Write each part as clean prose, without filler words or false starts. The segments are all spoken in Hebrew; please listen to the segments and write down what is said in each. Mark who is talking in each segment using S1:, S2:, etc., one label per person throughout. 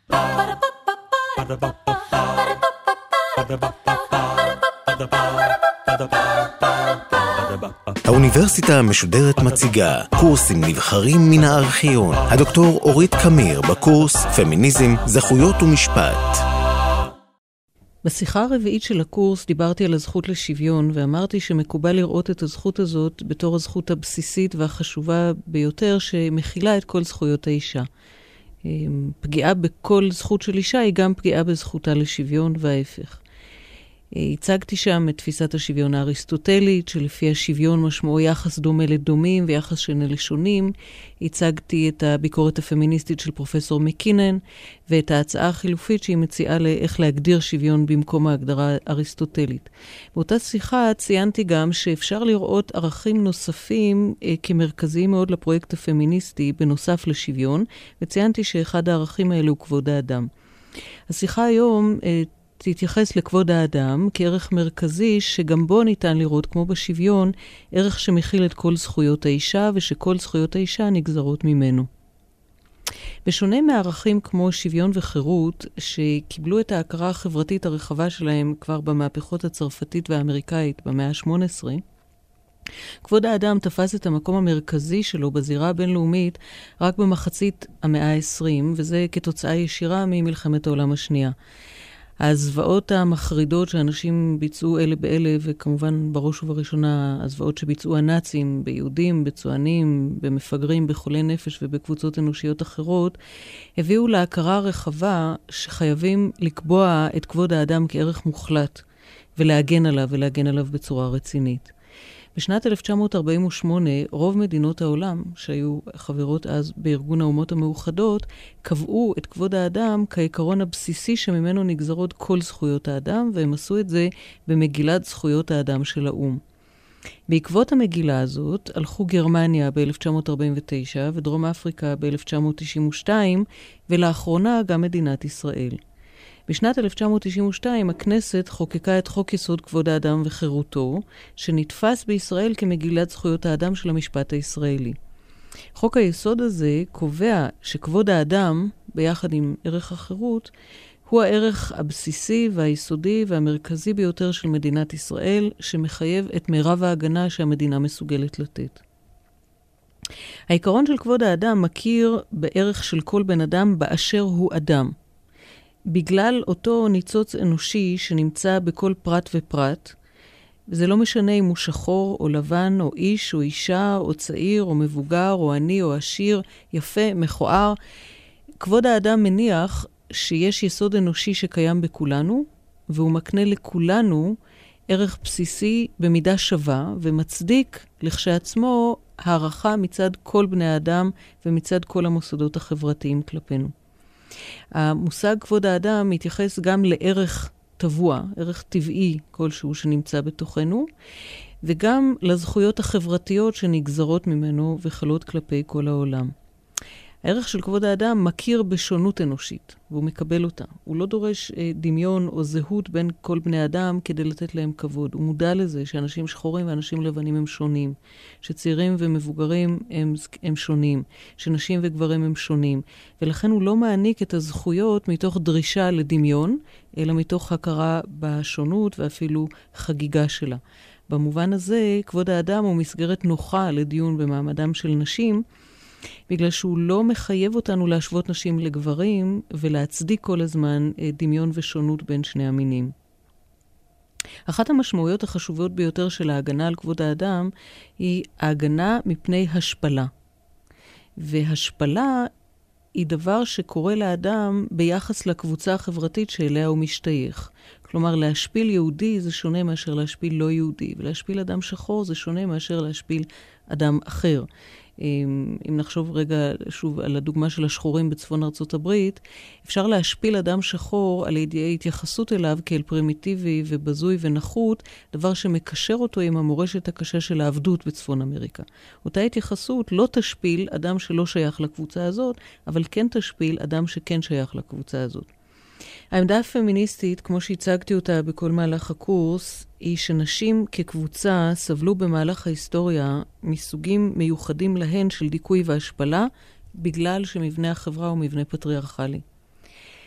S1: האוניברסיטה המשודרת מציגה קורסים נבחרים מן הארכיון. הדוקטור אורית קמיר בקורס פמיניזם, זכויות ומשפט.
S2: בשיחה הרביעית של הקורס דיברתי על הזכות לשוויון, ואמרתי שמקובל לראות את הזכות הזאת בתור הזכות הבסיסית והחשובה ביותר שמכילה את כל זכויות האישה. פגיעה בכל זכות של אישה היא גם פגיעה בזכותה לשוויון וההפך. הצגתי שם את תפיסת השוויון האריסטוטלית, שלפי השוויון משמעו יחס דומה לדומים ויחס שונה לשונים. הצגתי את הביקורת הפמיניסטית של פרופסור מקינן, ואת ההצעה החילופית שהיא מציעה לאיך להגדיר שוויון במקום ההגדרה האריסטוטלית. באותה שיחה ציינתי גם שאפשר לראות ערכים נוספים כמרכזיים מאוד לפרויקט הפמיניסטי בנוסף לשוויון, וציינתי שאחד הערכים האלה הוא כבוד האדם. השיחה היום תתייחס לכבוד האדם כערך מרכזי שגם בו ניתן לראות, כמו בשוויון, ערך שמכיל את כל זכויות האישה ושכל זכויות האישה נגזרות ממנו. בשונה מערכים כמו שוויון וחירות, שקיבלו את ההכרה החברתית הרחבה שלהם כבר במהפכות הצרפתית והאמריקאית במאה ה-18, כבוד האדם תפס את המקום המרכזי שלו בזירה הבינלאומית רק במחצית המאה ה-20, וזה כתוצאה ישירה ממלחמת העולם השנייה. הזוועות המחרידות שאנשים ביצעו אלה באלה, וכמובן בראש ובראשונה הזוועות שביצעו הנאצים ביהודים, בצוענים, במפגרים, בחולי נפש ובקבוצות אנושיות אחרות, הביאו להכרה רחבה שחייבים לקבוע את כבוד האדם כערך מוחלט, ולהגן עליו בצורה רצינית. בשנת 1948, רוב מדינות העולם, שהיו חברות אז בארגון האומות המאוחדות, קבעו את כבוד האדם כעיקרון הבסיסי שממנו נגזרות כל זכויות האדם, והם עשו את זה במגילת זכויות האדם של האו"ם. בעקבות המגילה הזאת, הלכו גרמניה ב-1949 ודרום אפריקה ב-1992, ולאחרונה גם מדינת ישראל. בשנת 1992 הכנסת חוקקה את חוק יסוד כבוד האדם וחירותו, שנתפס בישראל כמגילת זכויות האדם של המשפט הישראלי. חוק היסוד הזה קובע שכבוד האדם, ביחד עם ערך החירות, הוא הערך הבסיסי והיסודי והמרכזי ביותר של מדינת ישראל, שמחייב את מירב ההגנה שהמדינה מסוגלת לתת. העיקרון של כבוד האדם מכיר בערך של כל בן אדם באשר הוא אדם. בגלל אותו ניצוץ אנושי שנמצא בכל פרט ופרט, וזה לא משנה אם הוא שחור או לבן או איש או אישה או צעיר או מבוגר או עני או עשיר, יפה, מכוער, כבוד האדם מניח שיש יסוד אנושי שקיים בכולנו, והוא מקנה לכולנו ערך בסיסי במידה שווה, ומצדיק לכשעצמו הערכה מצד כל בני האדם ומצד כל המוסדות החברתיים כלפינו. המושג כבוד האדם מתייחס גם לערך טבוע, ערך טבעי כלשהו שנמצא בתוכנו, וגם לזכויות החברתיות שנגזרות ממנו וחלות כלפי כל העולם. הערך של כבוד האדם מכיר בשונות אנושית, והוא מקבל אותה. הוא לא דורש דמיון או זהות בין כל בני אדם כדי לתת להם כבוד. הוא מודע לזה שאנשים שחורים ואנשים לבנים הם שונים, שצעירים ומבוגרים הם שונים, שנשים וגברים הם שונים, ולכן הוא לא מעניק את הזכויות מתוך דרישה לדמיון, אלא מתוך הכרה בשונות ואפילו חגיגה שלה. במובן הזה, כבוד האדם הוא מסגרת נוחה לדיון במעמדם של נשים, בגלל שהוא לא מחייב אותנו להשוות נשים לגברים ולהצדיק כל הזמן דמיון ושונות בין שני המינים. אחת המשמעויות החשובות ביותר של ההגנה על כבוד האדם היא ההגנה מפני השפלה. והשפלה היא דבר שקורה לאדם ביחס לקבוצה החברתית שאליה הוא משתייך. כלומר, להשפיל יהודי זה שונה מאשר להשפיל לא יהודי, ולהשפיל אדם שחור זה שונה מאשר להשפיל אדם אחר. אם נחשוב רגע שוב על הדוגמה של השחורים בצפון ארצות הברית, אפשר להשפיל אדם שחור על ידי התייחסות אליו כאל פרימיטיבי ובזוי ונחות, דבר שמקשר אותו עם המורשת הקשה של העבדות בצפון אמריקה. אותה התייחסות לא תשפיל אדם שלא שייך לקבוצה הזאת, אבל כן תשפיל אדם שכן שייך לקבוצה הזאת. העמדה הפמיניסטית, כמו שהצגתי אותה בכל מהלך הקורס, היא שנשים כקבוצה סבלו במהלך ההיסטוריה מסוגים מיוחדים להן של דיכוי והשפלה, בגלל שמבנה החברה הוא מבנה פטריארכלי.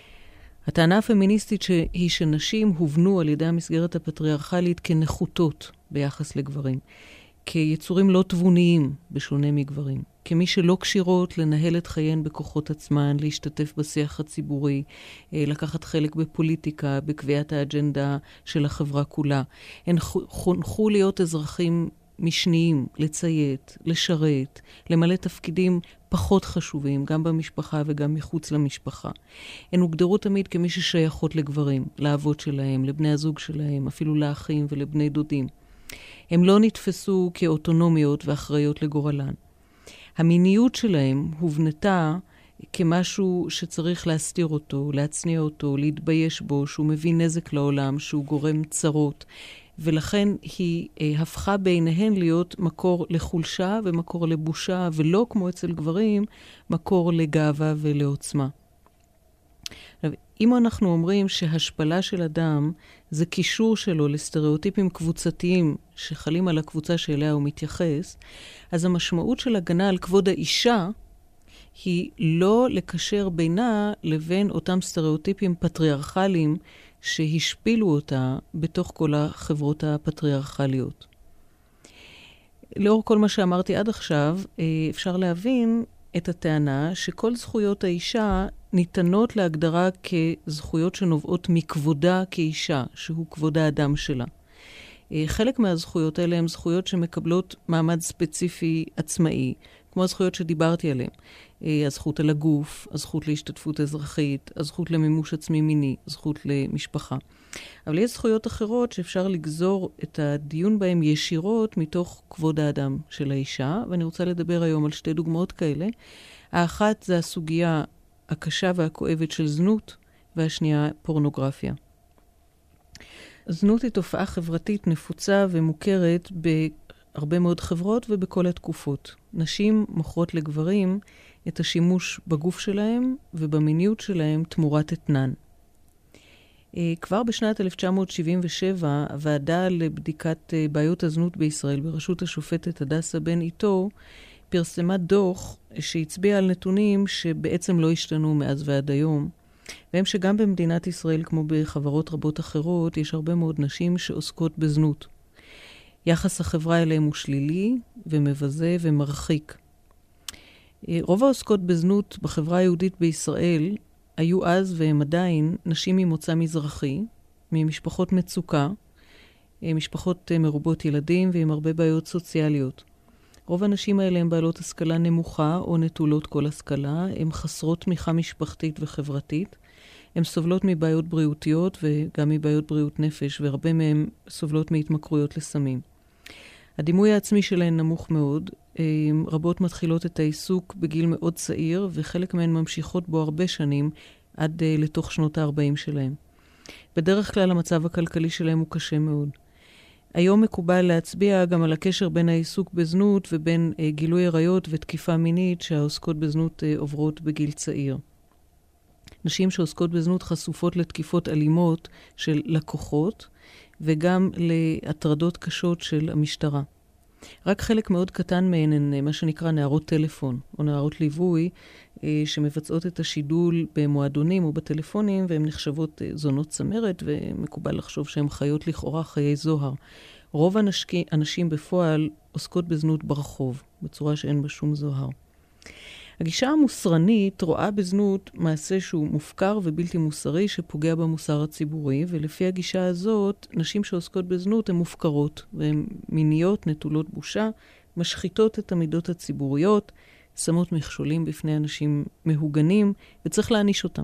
S2: הטענה הפמיניסטית היא שנשים הובנו על ידי המסגרת הפטריארכלית כנחותות ביחס לגברים, כיצורים לא תבוניים בשונה מגברים, כמי שלא קשירות לנהל את חייהן בכוחות עצמן, להשתתף בשיח הציבורי, לקחת חלק בפוליטיקה, בקביעת האג'נדה של החברה כולה. הן חונכו להיות אזרחים משניים, לציית, לשרת, למלא תפקידים פחות חשובים, גם במשפחה וגם מחוץ למשפחה. הן הוגדרו תמיד כמי ששייכות לגברים, לאבות שלהם, לבני הזוג שלהם, אפילו לאחים ולבני דודים. הם לא נתפסו כאוטונומיות ואחראיות לגורלן. המיניות שלהם הובנתה כמשהו שצריך להסתיר אותו, להצניע אותו, להתבייש בו, שהוא מביא נזק לעולם, שהוא גורם צרות, ולכן היא הפכה בעיניהן להיות מקור לחולשה ומקור לבושה, ולא כמו אצל גברים, מקור לגאווה ולעוצמה. אם אנחנו אומרים שהשפלה של אדם זה קישור שלו לסטריאוטיפים קבוצתיים שחלים על הקבוצה שאליה הוא מתייחס, אז המשמעות של הגנה על כבוד האישה היא לא לקשר בינה לבין אותם סטריאוטיפים פטריארכליים שהשפילו אותה בתוך כל החברות הפטריארכליות. לאור כל מה שאמרתי עד עכשיו, אפשר להבין את הטענה שכל זכויות האישה ניתנות להגדרה כזכויות שנובעות מכבודה כאישה, שהוא כבוד האדם שלה. חלק מהזכויות האלה הן זכויות שמקבלות מעמד ספציפי עצמאי, כמו הזכויות שדיברתי עליהן. הזכות על הגוף, הזכות להשתתפות אזרחית, הזכות למימוש עצמי מיני, הזכות למשפחה. אבל יש זכויות אחרות שאפשר לגזור את הדיון בהן ישירות מתוך כבוד האדם של האישה, ואני רוצה לדבר היום על שתי דוגמאות כאלה. האחת זה הסוגיה הקשה והכואבת של זנות, והשנייה פורנוגרפיה. זנות היא תופעה חברתית נפוצה ומוכרת בהרבה מאוד חברות ובכל התקופות. נשים מוכרות לגברים את השימוש בגוף שלהם ובמיניות שלהם תמורת אתנן. כבר בשנת 1977, הוועדה לבדיקת בעיות הזנות בישראל בראשות השופטת הדסה בן איתו פרסמה דוח שהצביע על נתונים שבעצם לא השתנו מאז ועד היום, והם שגם במדינת ישראל, כמו בחברות רבות אחרות, יש הרבה מאוד נשים שעוסקות בזנות. יחס החברה אליהם הוא שלילי ומבזה ומרחיק. רוב העוסקות בזנות בחברה היהודית בישראל היו אז והם עדיין נשים ממוצא מזרחי, ממשפחות מצוקה, משפחות מרובות ילדים ועם הרבה בעיות סוציאליות. רוב הנשים האלה הן בעלות השכלה נמוכה או נטולות כל השכלה, הן חסרות תמיכה משפחתית וחברתית, הן סובלות מבעיות בריאותיות וגם מבעיות בריאות נפש, והרבה מהן סובלות מהתמכרויות לסמים. הדימוי העצמי שלהן נמוך מאוד, רבות מתחילות את העיסוק בגיל מאוד צעיר, וחלק מהן ממשיכות בו הרבה שנים עד לתוך שנות ה-40 שלהן. בדרך כלל המצב הכלכלי שלהם הוא קשה מאוד. היום מקובל להצביע גם על הקשר בין העיסוק בזנות ובין גילוי עריות ותקיפה מינית שהעוסקות בזנות עוברות בגיל צעיר. נשים שעוסקות בזנות חשופות לתקיפות אלימות של לקוחות וגם להטרדות קשות של המשטרה. רק חלק מאוד קטן מהן הן מה שנקרא נערות טלפון או נערות ליווי שמבצעות את השידול במועדונים או בטלפונים, והן נחשבות זונות צמרת ומקובל לחשוב שהן חיות לכאורה חיי זוהר. רוב הנשים בפועל עוסקות בזנות ברחוב, בצורה שאין בה שום זוהר. הגישה המוסרנית רואה בזנות מעשה שהוא מופקר ובלתי מוסרי שפוגע במוסר הציבורי, ולפי הגישה הזאת, נשים שעוסקות בזנות הן מופקרות, והן מיניות, נטולות בושה, משחיתות את המידות הציבוריות, שמות מכשולים בפני אנשים מהוגנים, וצריך להעניש אותם.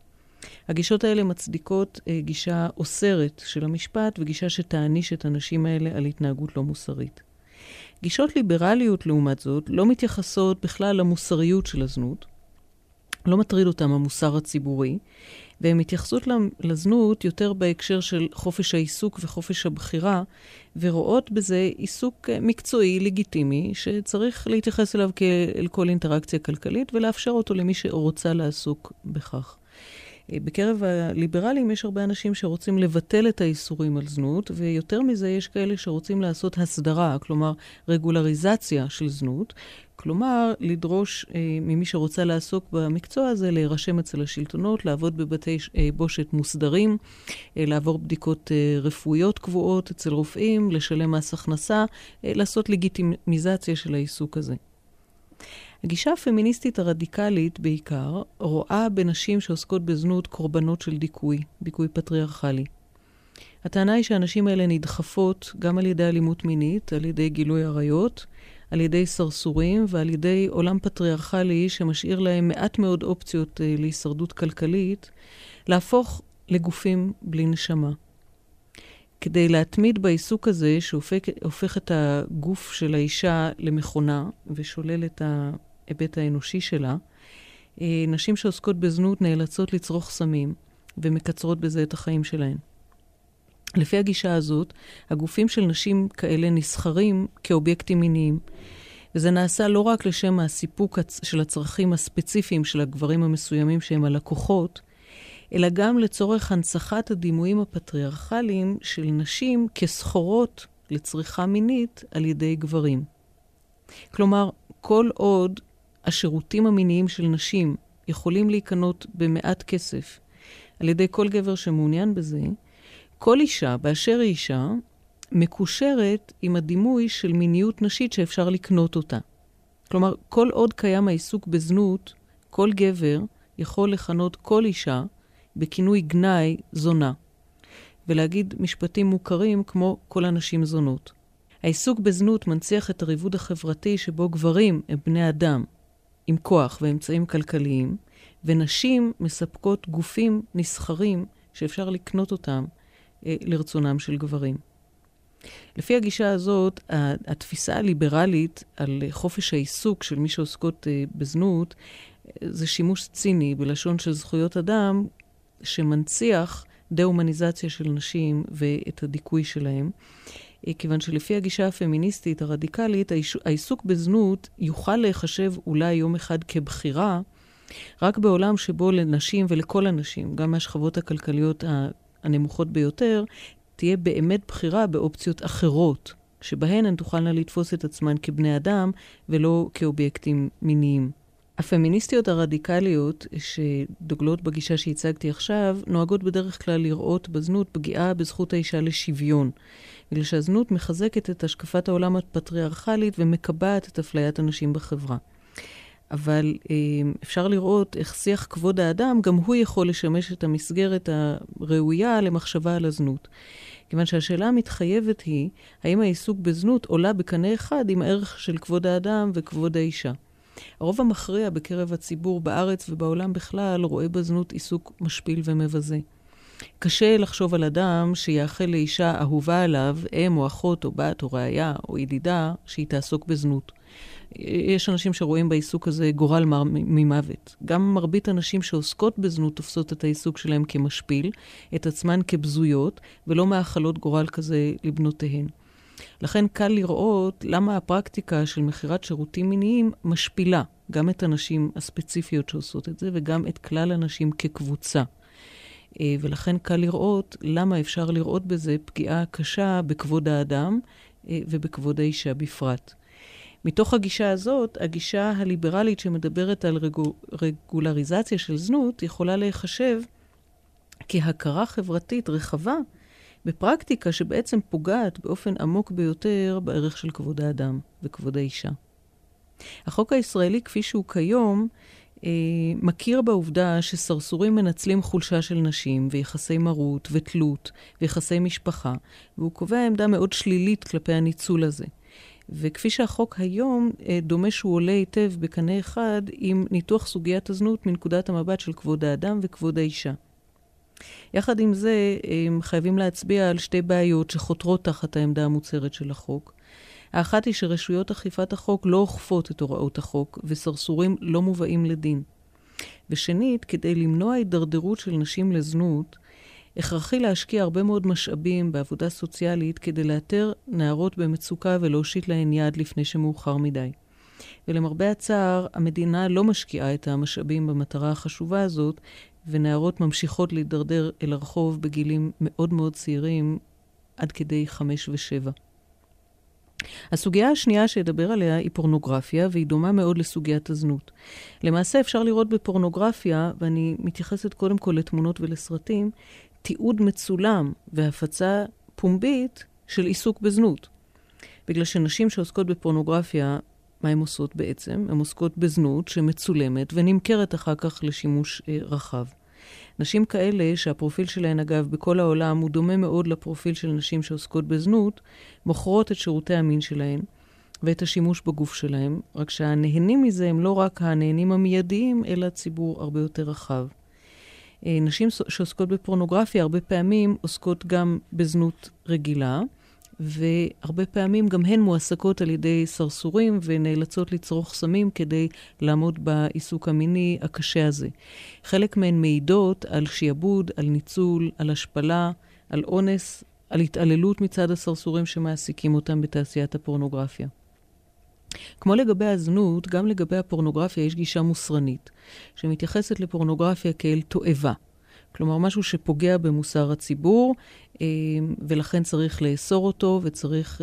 S2: הגישות האלה מצדיקות גישה אוסרת של המשפט, וגישה שתעניש את הנשים האלה על התנהגות לא מוסרית. גישות ליברליות לעומת זאת לא מתייחסות בכלל למוסריות של הזנות, לא מטריד אותם המוסר הציבורי, והן מתייחסות לזנות יותר בהקשר של חופש העיסוק וחופש הבחירה, ורואות בזה עיסוק מקצועי, לגיטימי, שצריך להתייחס אליו כאל כל אינטראקציה כלכלית, ולאפשר אותו למי שרוצה לעסוק בכך. בקרב הליברלים יש הרבה אנשים שרוצים לבטל את האיסורים על זנות, ויותר מזה יש כאלה שרוצים לעשות הסדרה, כלומר רגולריזציה של זנות, כלומר לדרוש ממי שרוצה לעסוק במקצוע הזה, להירשם אצל השלטונות, לעבוד בבתי בושת מוסדרים, לעבור בדיקות רפואיות קבועות אצל רופאים, לשלם מס הכנסה, לעשות לגיטימיזציה של העיסוק הזה. הגישה הפמיניסטית הרדיקלית בעיקר רואה בנשים שעוסקות בזנות קורבנות של דיכוי פטריארכלי. הטענה היא שהנשים האלה נדחפות גם על ידי אלימות מינית, על ידי גילוי עריות, על ידי סרסורים ועל ידי עולם פטריארכלי שמשאיר להם מעט מאוד אופציות להישרדות כלכלית, להפוך לגופים בלי נשמה. כדי להתמיד בעיסוק הזה שהופך את הגוף של האישה למכונה ושולל את ההיבט האנושי שלה, נשים שעוסקות בזנות נאלצות לצרוך סמים ומקצרות בזה את החיים שלהן. לפי הגישה הזאת, הגופים של נשים כאלה נסחרים כאובייקטים מיניים, וזה נעשה לא רק לשם הסיפוק של הצרכים הספציפיים של הגברים המסוימים שהם הלקוחות, אלא גם לצורך הנצחת הדימויים הפטריארכליים של נשים כסחורות לצריכה מינית על ידי גברים. כלומר, כל עוד השירותים המיניים של נשים יכולים להיקנות במעט כסף על ידי כל גבר שמעוניין בזה, כל אישה, באשר היא אישה, מקושרת עם הדימוי של מיניות נשית שאפשר לקנות אותה. כלומר, כל עוד קיים העיסוק בזנות, כל גבר יכול לכנות כל אישה בכינוי גנאי זונה, ולהגיד משפטים מוכרים כמו כל הנשים זונות. העיסוק בזנות מנציח את הריבוד החברתי שבו גברים הם בני אדם עם כוח ואמצעים כלכליים, ונשים מספקות גופים נסחרים שאפשר לקנות אותם לרצונם של גברים. לפי הגישה הזאת, התפיסה הליברלית על חופש העיסוק של מי שעוסקות בזנות, זה שימוש ציני בלשון של זכויות אדם, שמנציח דה-הומניזציה של נשים ואת הדיכוי שלהם. כיוון שלפי הגישה הפמיניסטית הרדיקלית, העיסוק בזנות יוכל להיחשב אולי יום אחד כבחירה, רק בעולם שבו לנשים ולכל הנשים, גם מהשכבות הכלכליות הנמוכות ביותר, תהיה באמת בחירה באופציות אחרות, שבהן הן תוכלנה לתפוס את עצמן כבני אדם ולא כאובייקטים מיניים. הפמיניסטיות הרדיקליות שדוגלות בגישה שהצגתי עכשיו, נוהגות בדרך כלל לראות בזנות פגיעה בזכות האישה לשוויון, בגלל שהזנות מחזקת את השקפת העולם הפטריארכלית ומקבעת את אפליית הנשים בחברה. אבל אפשר לראות איך שיח כבוד האדם, גם הוא יכול לשמש את המסגרת הראויה למחשבה על הזנות. כיוון שהשאלה המתחייבת היא, האם העיסוק בזנות עולה בקנה אחד עם הערך של כבוד האדם וכבוד האישה. הרוב המכריע בקרב הציבור בארץ ובעולם בכלל רואה בזנות עיסוק משפיל ומבזה. קשה לחשוב על אדם שיאחל לאישה אהובה עליו, אם או אחות או בת או ראיה או ידידה, שהיא תעסוק בזנות. יש אנשים שרואים בעיסוק הזה גורל ממוות. גם מרבית הנשים שעוסקות בזנות תופסות את העיסוק שלהם כמשפיל, את עצמן כבזויות, ולא מאחלות גורל כזה לבנותיהן. לכן קל לראות למה הפרקטיקה של מחירת שירותים מיניים משפילה גם את הנשים הספציפיות שעושות את זה, וגם את כלל הנשים כקבוצה. ולכן קל לראות למה אפשר לראות בזה פגיעה קשה בכבוד האדם ובכבוד האישה בפרט. מתוך הגישה הזאת, הגישה הליברלית שמדברת על רגולריזציה של זנות, יכולה להיחשב כהכרה חברתית רחבה בפרקטיקה שבעצם פוגעת באופן עמוק ביותר בערך של כבוד האדם וכבוד האישה. החוק הישראלי כפי שהוא כיום מכיר בעובדה שסרסורים מנצלים חולשה של נשים ויחסי מרות ותלות ויחסי משפחה, והוא קובע עמדה מאוד שלילית כלפי הניצול הזה. וכפי שהחוק היום דומה שהוא עולה היטב בקנה אחד עם ניתוח סוגיית הזנות מנקודת המבט של כבוד האדם וכבוד האישה. יחד עם זה, הם חייבים להצביע על שתי בעיות שחותרות תחת העמדה המוצהרת של החוק. האחת היא שרשויות אכיפת החוק לא אוכפות את הוראות החוק, וסרסורים לא מובאים לדין. ושנית, כדי למנוע הידרדרות של נשים לזנות, הכרחי להשקיע הרבה מאוד משאבים בעבודה סוציאלית כדי לאתר נערות במצוקה ולהושיט להן יד לפני שמאוחר מדי. ולמרבה הצער, המדינה לא משקיעה את המשאבים במטרה החשובה הזאת, ונערות ממשיכות להידרדר אל הרחוב בגילים מאוד מאוד צעירים, עד כדי 5 ו-7. הסוגיה השנייה שידבר עליה היא פורנוגרפיה, והיא דומה מאוד לסוגיית הזנות. למעשה אפשר לראות בפורנוגרפיה, ואני מתייחסת קודם כל לתמונות ולסרטים, תיעוד מצולם והפצה פומבית של עיסוק בזנות. בגלל שנשים שעוסקות בפורנוגרפיה, מה הן עושות בעצם? הן עוסקות בזנות שמצולמת ונמכרת אחר כך לשימוש רחב. נשים כאלה, שהפרופיל שלהן אגב בכל העולם הוא דומה מאוד לפרופיל של נשים שעוסקות בזנות, מוכרות את שירותי המין שלהן ואת השימוש בגוף שלהן, רק שהנהנים מזה הם לא רק הנהנים המיידיים, אלא ציבור הרבה יותר רחב. נשים שעוסקות בפורנוגרפיה הרבה פעמים עוסקות גם בזנות רגילה, והרבה פעמים גם הן מועסקות על ידי סרסורים ונאלצות לצרוך סמים כדי לעמוד בעיסוק המיני הקשה הזה. חלק מהן מעידות על שיעבוד, על ניצול, על השפלה, על אונס, על התעללות מצד הסרסורים שמעסיקים אותם בתעשיית הפורנוגרפיה. כמו לגבי הזנות, גם לגבי הפורנוגרפיה יש גישה מוסרנית, שמתייחסת לפורנוגרפיה כאל תועבה. כלומר, משהו שפוגע במוסר הציבור, ולכן צריך לאסור אותו, וצריך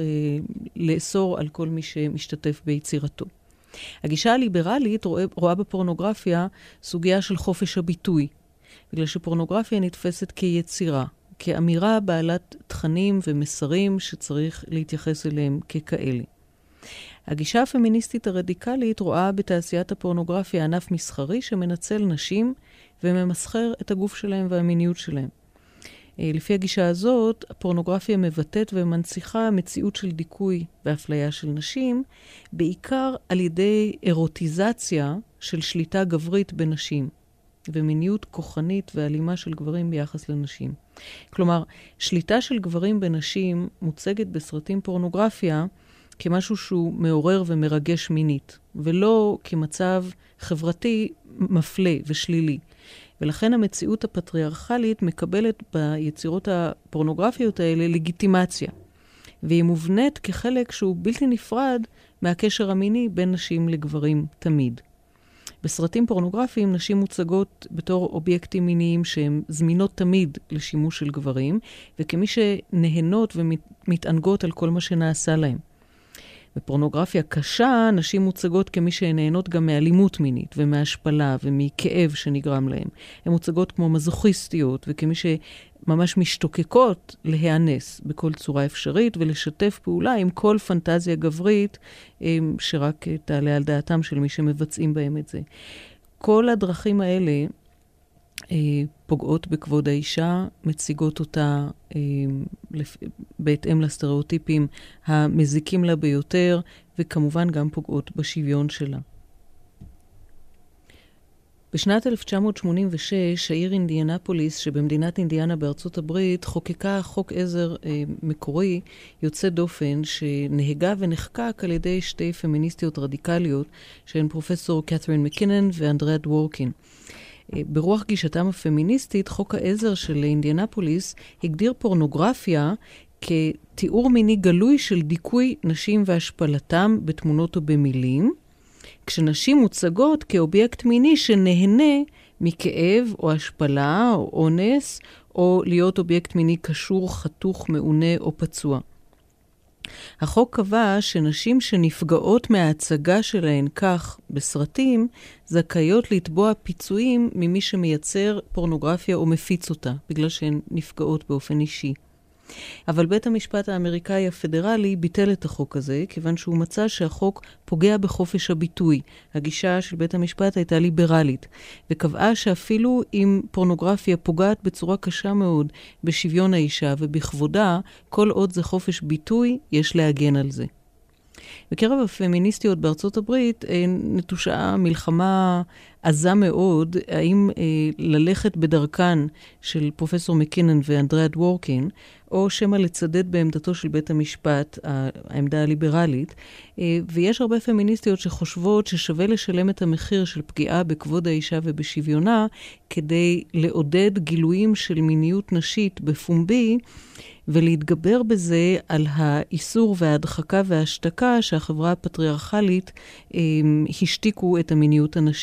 S2: לאסור על כל מי שמשתתף ביצירתו. הגישה הליברלית רואה בפורנוגרפיה סוגיה של חופש הביטוי, בגלל שפורנוגרפיה נתפסת כיצירה, כאמירה בעלת תכנים ומסרים שצריך להתייחס אליהם ככאלה. הגישה הפמיניסטית הרדיקלית רואה בתעשיית הפורנוגרפיה ענף מסחרי שמנצל נשים וממסחר את הגוף שלהם והמיניות שלהם. לפי הגישה הזאת, הפורנוגרפיה מבטאת ומנציחה מציאות של דיכוי ואפליה של נשים, בעיקר על ידי אירוטיזציה של שליטה גברית בנשים, ומיניות כוחנית ואלימה של גברים ביחס לנשים. כלומר, שליטה של גברים בנשים מוצגת בסרטים פורנוגרפיה כמשהו שהוא מעורר ומרגש מינית, ולא כמצב חברתי מפלה ושלילי. ולכן המציאות הפטריארכלית מקבלת ביצירות הפורנוגרפיות האלה לגיטימציה. והיא מובנית כחלק שהוא בלתי נפרד מהקשר המיני בין נשים לגברים תמיד. בסרטים פורנוגרפיים נשים מוצגות בתור אובייקטים מיניים שהן זמינות תמיד לשימוש של גברים, וכמי שנהנות ומתענגות על כל מה שנעשה להם. בפורנוגרפיה קשה, נשים מוצגות כמי שנהנות גם מאלימות מינית ומהשפלה ומכאב שנגרם להם. הן מוצגות כמו מזוכיסטיות וכמי שממש משתוקקות להיאנס בכל צורה אפשרית ולשתף פעולה עם כל פנטזיה גברית שרק תעלה על דעתם של מי שמבצעים בהם את זה. כל הדרכים האלה פוגעות בכבוד האישה, מציגות אותה בהתאם לסטריאוטיפים המזיקים לה ביותר, וכמובן גם פוגעות בשוויון שלה. בשנת 1986, העיר אינדיאנפוליס שבמדינת אינדיאנה בארצות הברית חוקקה חוק עזר מקורי יוצא דופן שנהגה ונחקק על ידי שתי פמיניסטיות רדיקליות שהן פרופסור קת'רין מקינן ואנדריאה דוורקין. ברוח גישתם הפמיניסטית, חוק העזר של אינדיאנפוליס הגדיר פורנוגרפיה כתיאור מיני גלוי של דיכוי נשים והשפלתם בתמונות או במילים, כשנשים מוצגות כאובייקט מיני שנהנה מכאב או השפלה או אונס, או להיות אובייקט מיני קשור, חתוך, מעונה או פצוע. החוק קבע שנשים שנפגעות מההצגה שלהן כך בסרטים, זכאיות לתבוע פיצויים ממי שמייצר פורנוגרפיה או מפיץ אותה, בגלל שהן נפגעות באופן אישי. אבל בית המשפט האמריקאי הפדרלי ביטל את החוק הזה, כיוון שהוא מצא שהחוק פוגע בחופש הביטוי. הגישה של בית המשפט הייתה ליברלית, וקבעה שאפילו אם פורנוגרפיה פוגעת בצורה קשה מאוד בשוויון האישה ובכבודה, כל עוד זה חופש ביטוי, יש להגן על זה. בקרב הפמיניסטיות בארצות הברית נטושה מלחמה עזה מאוד, האם ללכת בדרכן של פרופסור מקינן ואנדריאה דוורקין, או שמא לצדד בעמדתו של בית המשפט, העמדה הליברלית, ויש הרבה פמיניסטיות שחושבות ששווה לשלם את המחיר של פגיעה בכבוד האישה ובשוויונה, כדי לעודד גילויים של מיניות נשית בפומבי, ולהתגבר בזה על האיסור וההדחקה וההשתקה שהחברה הפטריארכלית השתיקו את המיניות הנשית.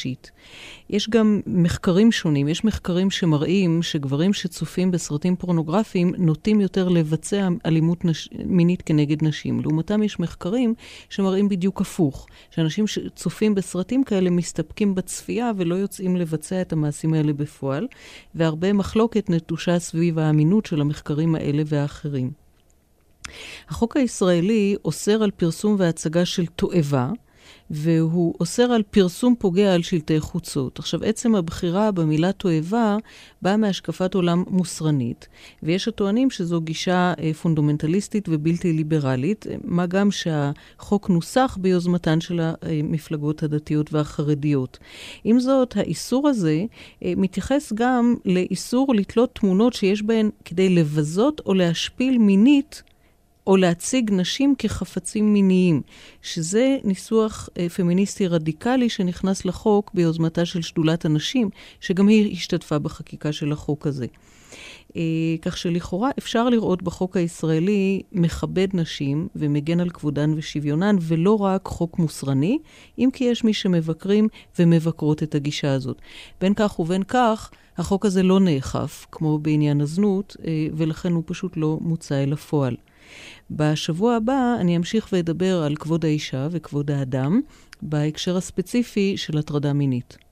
S2: יש גם מחקרים שונים. יש מחקרים שמראים שגברים שצופים בסרטים פורנוגרפיים נוטים יותר לבצע אלימות מינית כנגד נשים. לעומתם יש מחקרים שמראים בדיוק הפוך. שאנשים שצופים בסרטים כאלה מסתפקים בצפייה ולא יוצאים לבצע את המעשים האלה בפועל. והרבה מחלוקת נטושה סביב האמינות של המחקרים האלה והאחרים. החוק הישראלי אוסר על פרסום והצגה של תועבה, והוא אוסר על פרסום פוגע על שלטי חוצות. עכשיו, עצם הבחירה במילה תועבה באה מהשקפת עולם מוסרנית, ויש הטוענים שזו גישה פונדמנטליסטית ובלתי ליברלית, מה גם שהחוק נוסח ביוזמתן של המפלגות הדתיות והחרדיות. עם זאת, האיסור הזה מתייחס גם לאיסור לתלות תמונות שיש בהן כדי לבזות או להשפיל מינית או להציג נשים כחפצים מיניים, שזה ניסוח פמיניסטי רדיקלי שנכנס לחוק ביוזמתה של שדולת הנשים, שגם היא השתתפה בחקיקה של החוק הזה. כך שלכאורה אפשר לראות בחוק הישראלי מכבד נשים ומגן על כבודן ושוויונן, ולא רק חוק מוסרני, אם כי יש מי שמבקרים ומבקרות את הגישה הזאת. בין כך ובין כך, החוק הזה לא נאכף, כמו בעניין הזנות, ולכן הוא פשוט לא מוצא אל הפועל. בשבוע הבא אני אמשיך ואדבר על כבוד האישה וכבוד האדם בהקשר הספציפי של הטרדה מינית.